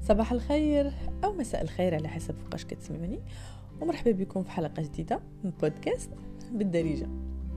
صباح الخير أو مساء الخير على حسب فوقاش كتسمعوني، ومرحبا بكم في حلقة جديدة من بودكاست بالدارجة.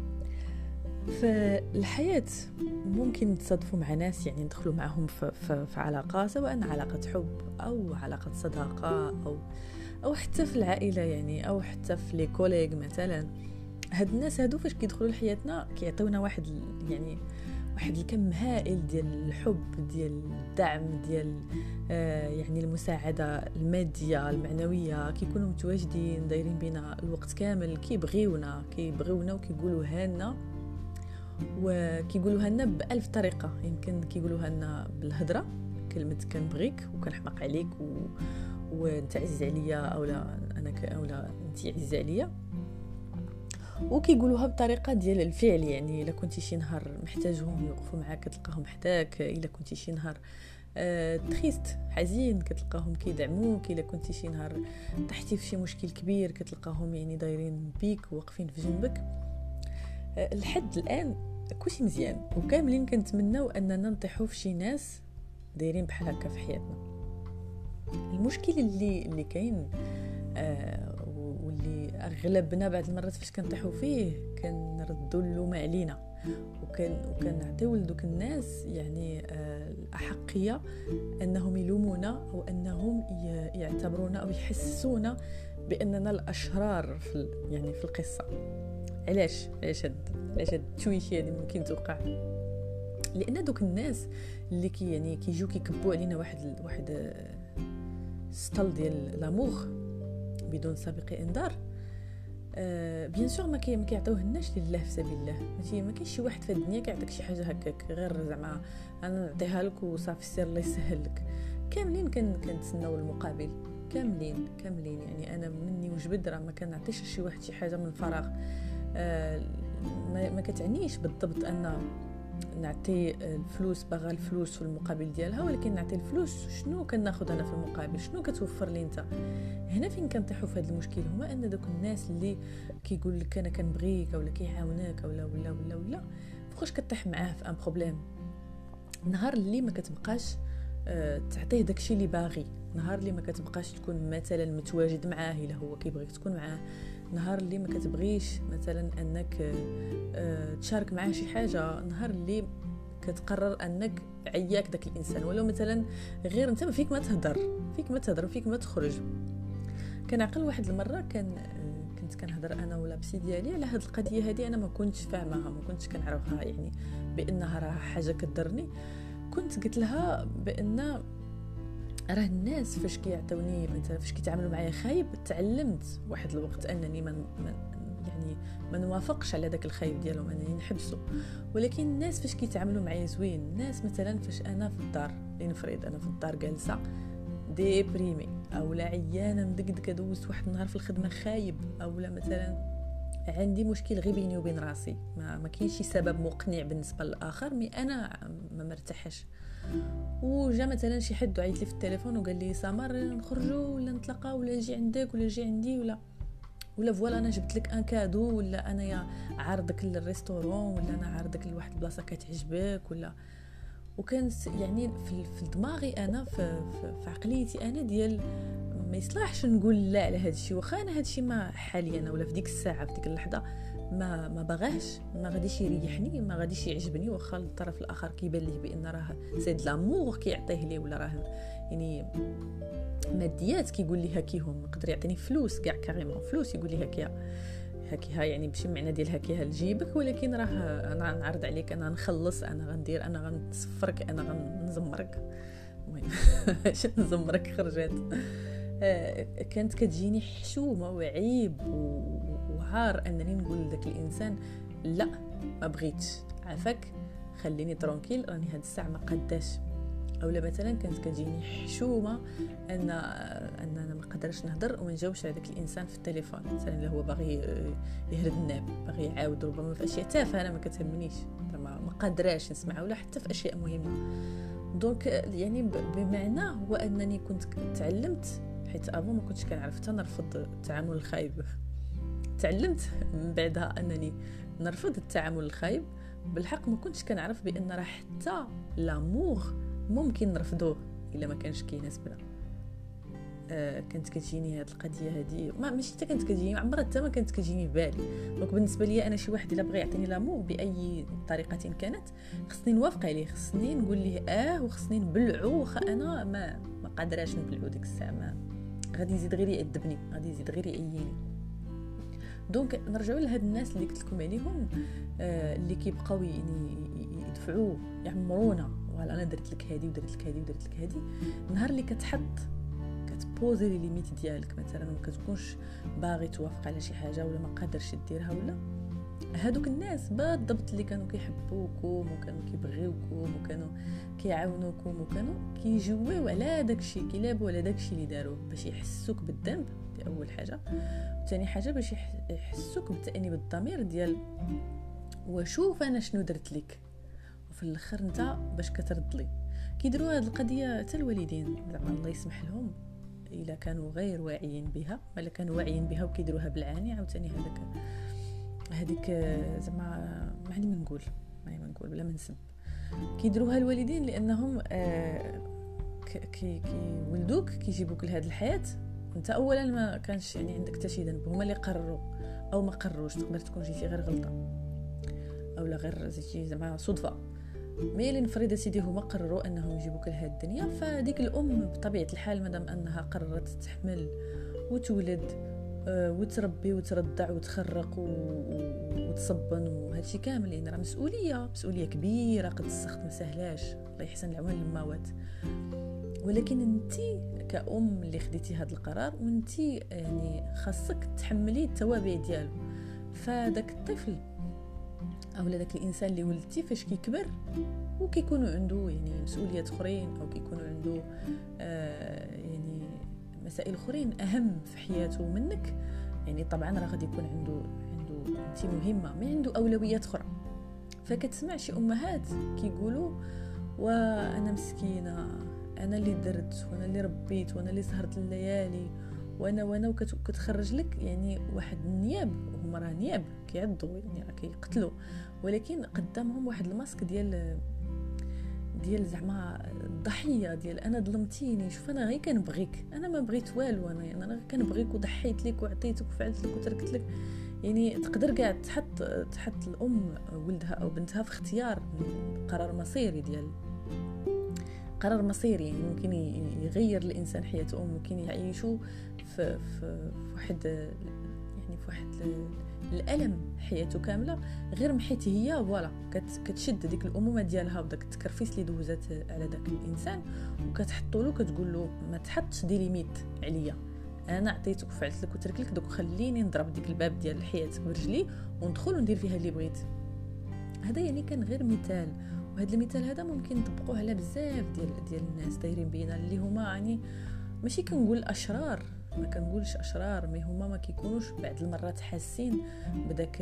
في الحياة ممكن تصادفوا مع ناس، يعني ندخلوا معهم في علاقة، سواء علاقة حب أو علاقة صداقة أو حتى في العائلة، يعني أو حتى في لي كوليغ مثلا. هاد الناس هادو فاش كيدخلوا لحياتنا كيعطيونا واحد الكم هائل ديال الحب، ديال الدعم، ديال يعني المساعدة المادية المعنوية. كيكونوا متواجدين دايرين بينا الوقت كامل، كيبغيونا وكيقولوها لنا، وكيقولوها لنا بألف طريقة. يمكن كيقولوها لنا بالهضرة، كلمة كنبغيك وكنحماق عليك وانت عزيز عليا، اولا انت عزيز عليا. وكيقولوها بطريقه ديال الفعل، يعني الا كنتي شي نهار محتاجهم يوقفوا معاك كتلقاهم حداك، الا كنتي شي نهار تخيست حزين كتلقاهم كيدعموك، الا كنتي شي نهار طحتي في شي مشكل كبير كتلقاهم يعني دايرين بيك وواقفين في جنبك. لحد الان كلشي مزيان، وكاملين كنتمناو اننا نطيحوا في شي ناس دايرين بحال هكا في حياتنا. المشكل اللي كاين واللي اغلبنا بعض المرات فاش كنطيحوا فيه كنردوا اللومه علينا، وكنعطيو لدوك الناس يعني الاحقيه انهم يلومونا، او انهم يعتبرونا او يحسسونا باننا الاشرار في القصه. علاش هاد التويشيه اللي ممكن توقع؟ لان دوك الناس اللي كيجيو كيكبوا علينا واحد ستال ديال لاموغ بدون سابق انذار، بيان سور ما كيعطيوهناش لله في سبيل الله. ما كاينش شي واحد في الدنيا كيعطيك شي حاجه هكاك غير زعما انا نعطيها لك وصافي السير الله يسهل لك. كاملين كنتسناو المقابل، كاملين يعني انا مني وجبد راه ما كنعطيش شي واحد شي حاجه من فراغ. ما كتعنيش بالضبط ان نعطي الفلوس، باغا الفلوس في المقابل ديالها، ولكن نعطي الفلوس شنو كناخذ انا في المقابل، شنو كتوفر لي انت. هنا فين كنطيحوا في هذا المشكل، هما ان دوك الناس اللي كيقول لك انا كنبغيك ولا كيعاونك ولا فوقاش كطيح معاه في ان بروبليم. نهار اللي ما كتبقاش تعطيه داكشي اللي باغي، نهار اللي ما كتبقاش تكون مثلا متواجد معاه الا هو كيبغيك تكون معاه، نهار اللي ما كتبغيش مثلا انك تشارك معاه شي حاجه، نهار اللي كتقرر انك عياك داك الانسان، ولو مثلا غير انت فيك ما تهضر وفيك ما تخرج. كنعقل واحد المره كنت كنهضر انا ولا بسي ديالي على هاد القضيه هذه، انا ما كنتش فاهمها، ما كنتش كنعرفها، يعني بانها راه حاجه كضرني. كنت قلت لها بان راه الناس فاش كيعطوني مثلا، فاش كيتعاملوا معايا خايب، تعلمت واحد الوقت انني ما نوافقش على داك الخايب ديالهم، انني نحبسه. ولكن الناس فاش كيتعاملوا معايا زوين، الناس مثلا فاش انا في الدار، لنفرض انا في الدار جالسه ديبريمي اولا عيانه مدقدقه، دوزت واحد النهار في الخدمه خايب، اولا مثلا عندي مشكل غير بيني وبين راسي، ما كاينش شي سبب مقنع بالنسبه للاخر، مي انا ما مرتاحش، وجا مثلا شي حد عيط لي في التليفون وقال لي سمر نخرجوا ولا نتلاقاو ولا نجي عندك ولا نجي عندي ولا فوالا انا جبت لك ان كادو، ولا انا يا عارضك للريستورون، ولا انا عارضك لواحد البلاصه كتعجبك، ولا وكان يعني في دماغي انا في عقليتي انا ديال ما يصلحش نقول لا على هذا الشيء، واخا انا هذا الشيء ما حاليا انا ولا في ديك الساعه في ديك اللحظه ما باغاش، ما غاديش يريحني، ما غاديش يعجبني، واخا الطرف الاخر كيبان ليه بان راه سيد لامور كيعطيه لي، ولا راه يعني ماديات كيقول لي هاكيهم، يقدر يعطيني فلوس كاع كاريمون فلوس، يقول لي هاكيها يعني بشي معنى ديال هاكيها لجيبك، ولكن راه انا غنعرض عليك، انا غنخلص، انا غندير، انا غنصفرك، انا غنزمرك. المهم اش نزمرك خرجت. كانت كتجيني حشومه وعيب وعار انني نقول لذاك الانسان لا ما بغيتش، عافاك خليني ترونكيل، راني هاد الساعه ما قداش. اولا مثلا كانت كتجيني حشومه ان انا ما قدرش نهضر وما نجاوبش على داك الانسان في التليفون، مثلا اللي هو باغي يهرد الناب، باغي يعاود ربما في اشياء تافهه انا ما كتهمنيش، ما قادراش نسمع، ولا حتى في اشياء مهمه. دونك يعني بمعنى هو انني كنت تعلمت، حيت ابو ما كنتش كنعرف حتى نرفض التعامل الخايب، تعلمت من بعدها انني نرفض التعامل الخايب. بالحق ما كنتش كنعرف بان راه حتى لامور ممكن نرفضوه الا ما كانش كيناسبنا، كانت كتجيني هاد القضيه هادي، ماشي حتى كانت كتجيني، عمرها حتى ما كانت كتجيني في بالي. دونك بالنسبه لي انا شي واحد الا بغى يعطيني لامور باي طريقه كانت، خصني نوافق عليه، خصني نقول ليه وخصني نبلعو، واخا انا ما قادراش نبلعو ديك الساعه، ما غادي يزيد غير يأدبني، غادي يزيد غير يأييني. دونك نرجعوا لهاد الناس اللي قلت لكم عليهم، اللي كيبقاو يعني يدفعوا يعمرونا، ولا انا درت لك هادي ودرت لك هادي ودرت لك هادي. النهار اللي كتبوزي لي ليميت ديالك مثلا، وما كتكونش باغي توافق على شي حاجه ولا ما قادرش ديرها، ولا هادوك الناس بالضبط اللي كانوا كيحبوكم وكانوا كيبغيوكم وكانوا كيعاونوكم وكانوا كيجويو على داكشي، كيلعبوا على داكشي اللي داروه باش يحسوك بالذنب، دي اول حاجه. وثاني حاجه باش يحسوك بالتأنيب الضمير ديال وشوف انا شنو درت لك، وفي الاخر انت باش كترد لي. كيديروا هاد القضيه حتى الوالدين، زعما الله يسمح لهم الا كانوا غير واعيين بها، ولا كانوا واعيين بها وكيديروها بالعاني. عاوتاني هذيك زعما ما عندي ما نقول بلا ما نسب، كيديروها الوالدين لانهم كي ولدوك كيجيبوك لهاد الحياه، انت اولا ما كانش يعني عندك حتى شي ذنب، هما اللي قرروا او ما قرروش، تقدر تكون جيتي غير غلطه اولا غير زيتي زعما صدفه. مي اللي نفرض سيدي هما قرروا انهم يجيبوك لهاد الدنيا، فديك الام بطبيعه الحال مادام انها قررت تحمل وتولد وتربي وترضع وتخرق وتصبن وهادشي كامل، يعني راه مسؤوليه كبيره، قد السخط ما سهلاش، الله يحسن العوان للموات. ولكن انتي كأم اللي خديتي هذا القرار، وانتي يعني خاصك تحملي التوابع ديالو. فداك الطفل او داك الانسان اللي ولدتي فاش كيكبر وكيكونوا عنده يعني مسؤوليات اخرين، او كيكونوا عنده يعني مسائل اخرين اهم في حياته منك، يعني طبعا راه غادي يكون عنده انت مهمه، ما عنده اولويات اخرى. فكتسمع شي امهات كيقولوا وانا مسكينه، انا اللي درت وانا اللي ربيت وانا اللي سهرت الليالي وانا وكتخرج لك يعني واحد النياب، هما راه نياب كيعضوا يعني راه كيقتلوا، ولكن قدامهم واحد الماسك ديال زعما الضحيه، ديال انا ظلمتيني، شوف انا غير كنبغيك، انا ما بغيت والو، انا غير كنبغيك وضحيت لك وعطيتك وفعلت لك وتركت لك. يعني تقدر كاع تحط الام ولدها او بنتها في اختيار قرار مصيري يعني ممكن يغير الانسان حياته، ممكن يعيشوا في واحد يعني في واحد الالم حياته كامله، غير محيت هي فوالا كتشد ديك الامومه ديالها وداك التكرفيس اللي دوزات على داك الانسان، وكتحطوا له كتقول له ما تحطش دي ليميت عليا، انا عطيتك وفعلت لك وترك لك، دوك خليني نضرب ديك الباب ديال حياتك برجلي وندخل وندير فيها اللي بغيت. هذا يعني كان غير مثال، وهذا المثال هذا ممكن نطبقوه على بزاف ديال الناس دايرين بينا، اللي هما يعني ماشي كنقول اشرار، ما كنقولش اشرار، مي هما ما كيكونوش بعض المرات حاسين بداك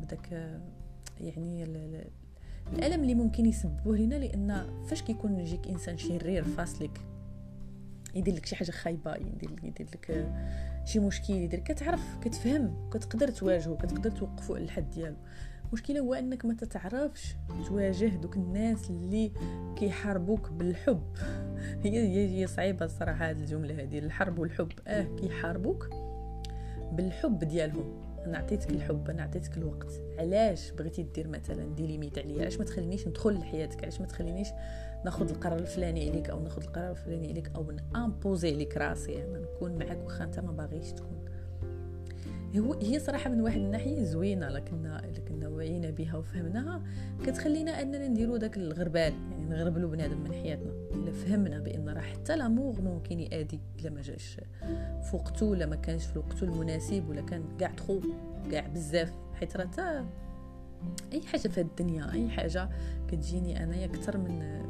يعني الالم اللي ممكن يسببوه لنا، لان فاش كيكون يجيك انسان شرير فاصلك يدير لك شي حاجه خايبه، يدير لك شي مشكل، يدير كتعرف كتفهم كتقدر تواجهه، كتقدر توقفه على الحد ديالو. المشكله هو انك ما تتعرفش تواجه دوك الناس اللي كيحاربوك بالحب. هي صعيبه الصراحه هذه الجمله هذه، الحرب والحب. كيحاربوك بالحب ديالهم، انا عطيتك الحب، انا عطيتك الوقت، علاش بغيتي دير مثلا دي ليميت عليا؟ علاش ما تخلينيش ندخل لحياتك؟ علاش ما تخلينيش ناخذ القرار الفلاني عليك، او ناخذ القرار الفلاني عليك، او امبوزي عليك راسي انا نكون معك واخا انت ما باغيش تكون. هي صراحه من واحد الناحيه زوينه، لكن وعينا بها وفهمناها كتخلينا اننا نديروا داك الغربال، يعني نغربلوا بنادم من حياتنا. الا فهمنا بان راه حتى لامور ممكن يادي الا ما جاش في وقته، ولا ما كانش في وقته المناسب، ولا كان كاع تخو كاع بزاف، حيت راه اي حاجه في الدنيا، اي حاجه كتجيني انايا اكثر من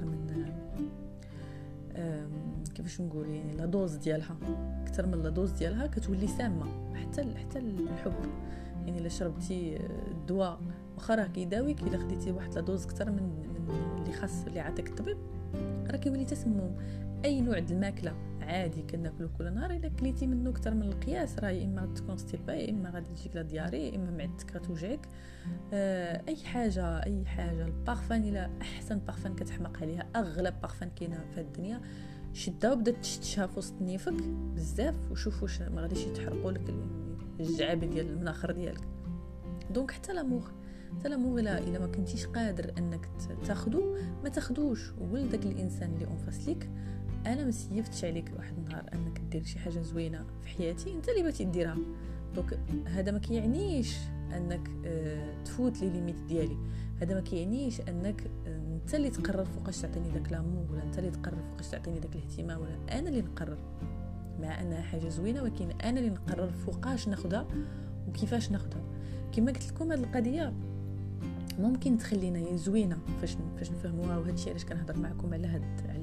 كيفاش نقول يعني لا دوز ديالها، اكثر من لا دوز ديالها كتولي سامه. حتى الحب، يعني الا شربتي الدواء واخا راه كيداويك، الا خديتي واحد لا دوز اكثر من اللي خاص اللي عطاك الطبيب، راه كيولي تسمم. اي نوع د الماكله عادي كناكلو كل نهار، الا كليتي منه اكثر من القياس راه يا اما تكون ستيبا، يا اما غادي تجيك لا دياري، يا اما معدتك غتوجعك. اي حاجه البارفان، الا احسن بارفان كتحمق عليها، اغلى بارفان كاينه في الدنيا شدها وبدات تشتشها في وسط نيفك بزاف، وشوف واش ما غاديش يتحرقوا لك الجعابه ديال المناخر ديالك. دونك حتى لامور الا ما كنتيش قادر انك تاخذو ما تاخذوش. ولدك الانسان اللي انفاس ليك، انا ما سيفتش عليك واحد النهار انك دير شي حاجه زوينه في حياتي انت اللي بغيتي ديرها. دونك هذا ما كيعنيش انك تفوت لي ليميت ديالي، هذا ما كيعنيش انك انت اللي تقرر فوقاش تعطيني داك لامور، ولا انت اللي تقرر فوقاش تعطيني داك الاهتمام، ولا انا اللي نقرر. مع انها حاجه زوينه ولكن انا اللي نقرر فوقاش ناخذها وكيفاش ناخذها. كما قلت لكم هذه القضيه ممكن تخلينا زوينه فاش نفهموها، وهذا الشيء علاش كنهضر معكم على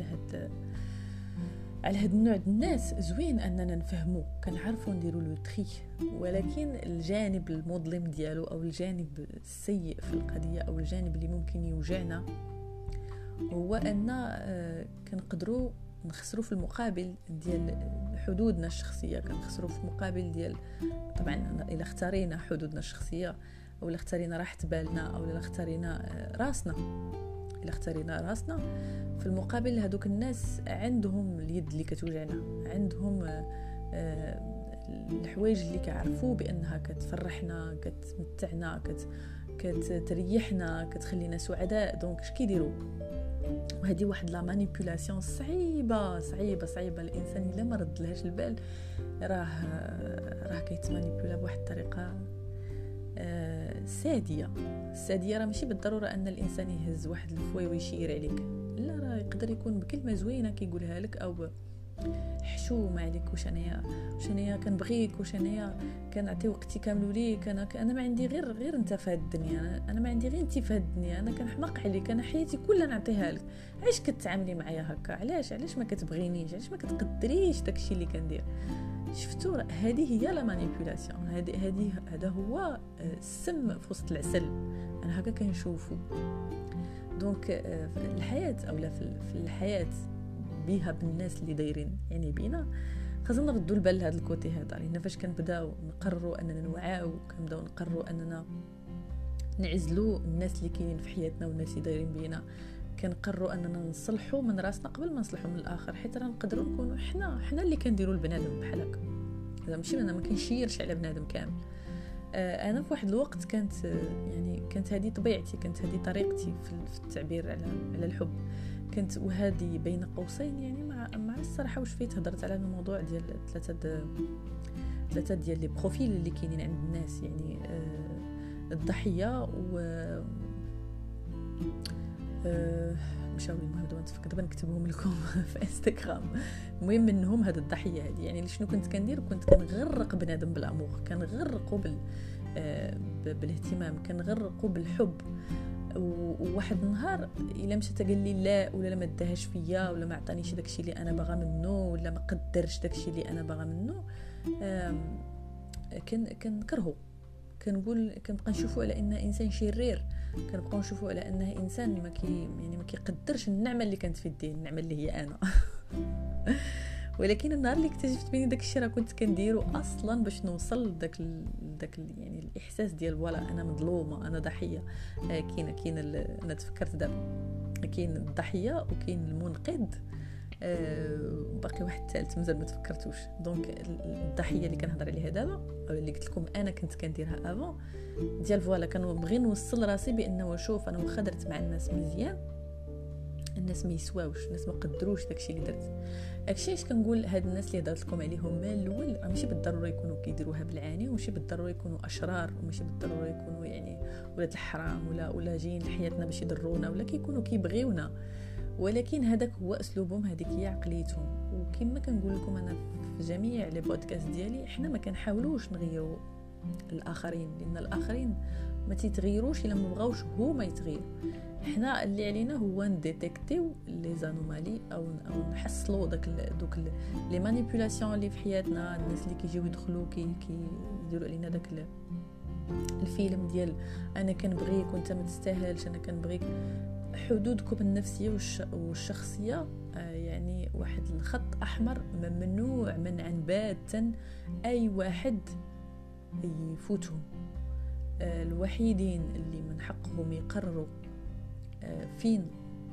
هاد النوع د الناس. زوين اننا نفهمو، كنعرفوا نديروا لو تري، ولكن الجانب المظلم ديالو او الجانب السيء في القضيه او الجانب اللي ممكن يوجعنا هو ان كنقدروا نخسروا في المقابل ديال حدودنا الشخصيه، كنخسروا في المقابل ديال طبعا الا اختارينا حدودنا الشخصيه، او الا اختارينا راحه بالنا، او الا اختارينا راسنا. في المقابل هذوك الناس عندهم اليد اللي كتوجعنا، عندهم الحوايج اللي كيعرفوا بانها كتفرحنا، كتمتعنا، كتريحنا، كتخلينا سعداء. دونك اش كيديروا؟ وهذه واحد لا مانيبيولاسيون صعيبه. الانسان الا ما ردلهاش البال راه كيتمانيبيولا بواحد الطريقه ساديه. راه ماشي بالضروره ان الانسان يهز واحد الفوي ويشير عليك، لا، راه يقدر يكون بكلمه زوينه كيقولها لك، او حشومه عليك، واش انايا كنبغيك، واش انايا كنعطي وقتي كامل ليك، انا ما عندي غير انت في هذه الدنيا، انا ما عندي غير انت في هذه الدنيا، انا كنحماق عليك، انا حياتي كلها نعطيها لك، علاش كتعاملي معايا هكا؟ علاش ما كتبغينيش؟ علاش ما كتقدريش داكشي اللي كندير؟ شفتوا؟ هذه هي لا مانيبيولاسيون، هذا هو السم في وسط العسل. انا هكا كنشوفو. دونك في الحياه اولا في الحياه بيها بالناس اللي دايرين يعني بينا، خاصنا نردوا البال لهذا الكوتي هذا، لان فاش كنبداو نقرروا اننا نوعاو، كنبداو نقرروا اننا نعزلوا الناس اللي كاينين في حياتنا والناس اللي دايرين بينا، كنقرروا اننا نصلحوا من راسنا قبل ما نصلحوا من الاخر، حيت راه نقدروا نكونوا حنا اللي كنديروا البنادم بحال هكا. هذا ماشي انا ما كنشيرش على بنادم كامل. انا في واحد الوقت كانت هذه طبيعتي، كانت هذه طريقتي في التعبير على الحب. كنت وهذه بين قوسين يعني مع الصراحه واش فيت هضرت على الموضوع ديال ثلاثه ديال لي بروفيل اللي كاينين عند الناس، يعني الضحيه و مشاو لي، المهم دابا نكتبهم لكم في انستغرام. المهم منهم هذه الضحيه هذه، يعني شنو كنت كندير؟ كنت كنغرق بنادم بالامور، كنغرقوا بالاهتمام، كنغرقوا بالحب. وواحد النهار الا مشى قال لي لا، ولا ما داهاش فيا، ولا ما عطانيش داكشي اللي انا باغا منه، ولا ما قدرش داكشي اللي انا باغا منه، كنكرهو. كنبقى نشوفو على انه انسان شرير، كنبقاو نشوفو على انه انسان ما كيقدرش النعمه اللي كانت في يديه، النعمه اللي هي انا. ولكن النهار اللي اكتشفت بني داك الشيء راه كنت كنديرو اصلا باش نوصل لداك يعني الاحساس ديال فوالا انا مظلومه، انا ضحيه. كاين انا تفكرت دابا كاين الضحيه وكاين المنقذ، باقي واحد ثالث مازال ما تفكرتوش. دونك الضحيه اللي كنهضر عليها دابا، او اللي قلت لكم انا كنت كنديرها افون ديال فوالا، كنبغي نوصل راسي بانه شوف انا واخا درت مع الناس مزيان، الناس ما يسواوش، الناس ما قدروش داكشي اللي درت. داكشي اش كنقول هاد الناس اللي هضرت لكم عليهم من الاول ماشي بالضروره يكونوا كيديروها بالعاني، وماشي بالضروره يكونوا اشرار، وماشي بالضروره يكونوا يعني ولاد الحرام ولا جايين لحياتنا باش يضرونا، ولا كيكونوا كيبغيونا، ولكن هذاك هو اسلوبهم، هذيك هي عقليتهم. وكما كنقول لكم انا في جميع لي بودكاست ديالي، احنا ما كنحاولوش نغيروا الاخرين، لان الاخرين ما تيتغيروش الا ما بغاوش هما يتغيروا. احنا اللي علينا هو نديتيكتيو لي زانومالي، او نحصلوا دوك لي مانيبيولاسيون اللي في حياتنا، الناس اللي كيجيو يدخلوا يديروا علينا داك الفيلم ديال انا كنبغيك وانت ما تستاهلش، انا كنبغيك. حدودكم النفسيه والشخصيه يعني واحد الخط احمر ممنوع منعا باتا اي واحد يفوتهم. الوحيدين اللي من حقهم يقرروا فين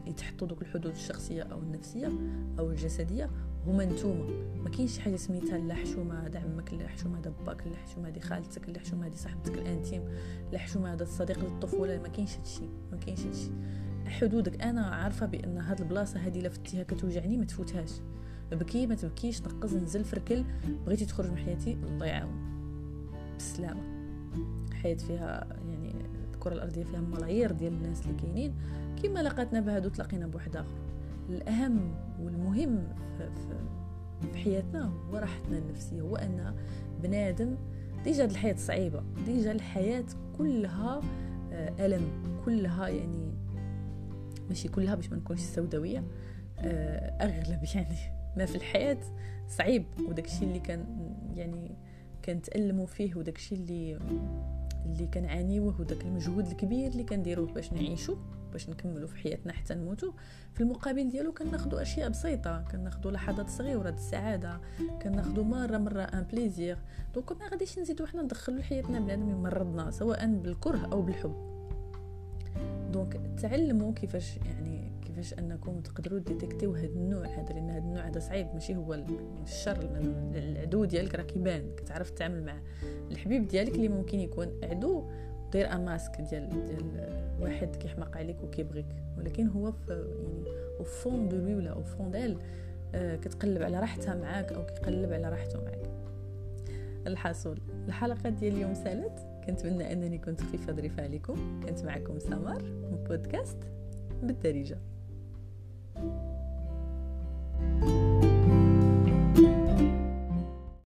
يتحطوا دوك الحدود الشخصيه او النفسيه او الجسديه هما نتوما. ما كاينش شي حاجه سميتها لا حشومه هذا عمك، لا حشومه هذا باك، لا حشومه هذه خالتك، لا حشومه هذه صاحبتك الانتيم، لا حشومه هذا صديق الطفوله. ما كاينش هادشي، ما كاينش هادشي. حدودك. انا عارفه بان هاد البلاصه هذه لا فتيها كتوجعني ما تفوتهاش. بكي ما تبكيش، نقز، نزل، فركل، بغيتي تخرج من حياتي الله يعاون بالسلامه. حياه فيها يعني الكره الارضيه فيها ملايير ديال الناس اللي كاينين، كيما لقاتنا بهادو تلاقينا بواحد اخر. الاهم والمهم في حياتنا هو راحتنا النفسيه، هو ان بنادم ديجا الحياه صعيبه، ديجا الحياه كلها الم، كلها يعني ماشي كلها باش ما نكونش سوداويه، اغلب يعني ما في الحياه صعيب، وداكشي اللي كان كنتألموا فيه، وداكشي اللي كنعانيوه، وداك المجهود الكبير اللي كنديروه باش نعيشوا، باش نكملوا في حياتنا حتى نموتوا، في المقابل ديالو كناخذوا اشياء بسيطه، كناخذوا لحظات صغيره د السعاده، كناخذوا مره ان بليزير. دونك ما غاديش نزيدوا حنا ندخلوا لحياتنا بنادم يمرضنا سواء بالكره او بالحب. دونك تعلموا كيفاش انكم تقدروا ديتيكتيو هذا النوع هذا، لان هذا النوع هذا صعيب، ماشي هو الشر. العدو ديالك راه كيبان، كتعرف تتعامل معه. الحبيب ديالك اللي ممكن يكون عدو، دير ماسك ديال واحد كيحماق عليك وكيبغيك، ولكن هو يعني او فون دو لوي ولا او فون ديل كتقلب على راحتها معاك او كيقلب على راحته معاك. الحاصل الحلقه ديال اليوم سالت، كنتمنى انني كنت خفيفه ظريفه عليكم. كنت معكم سمر من بودكاست بالدارجه.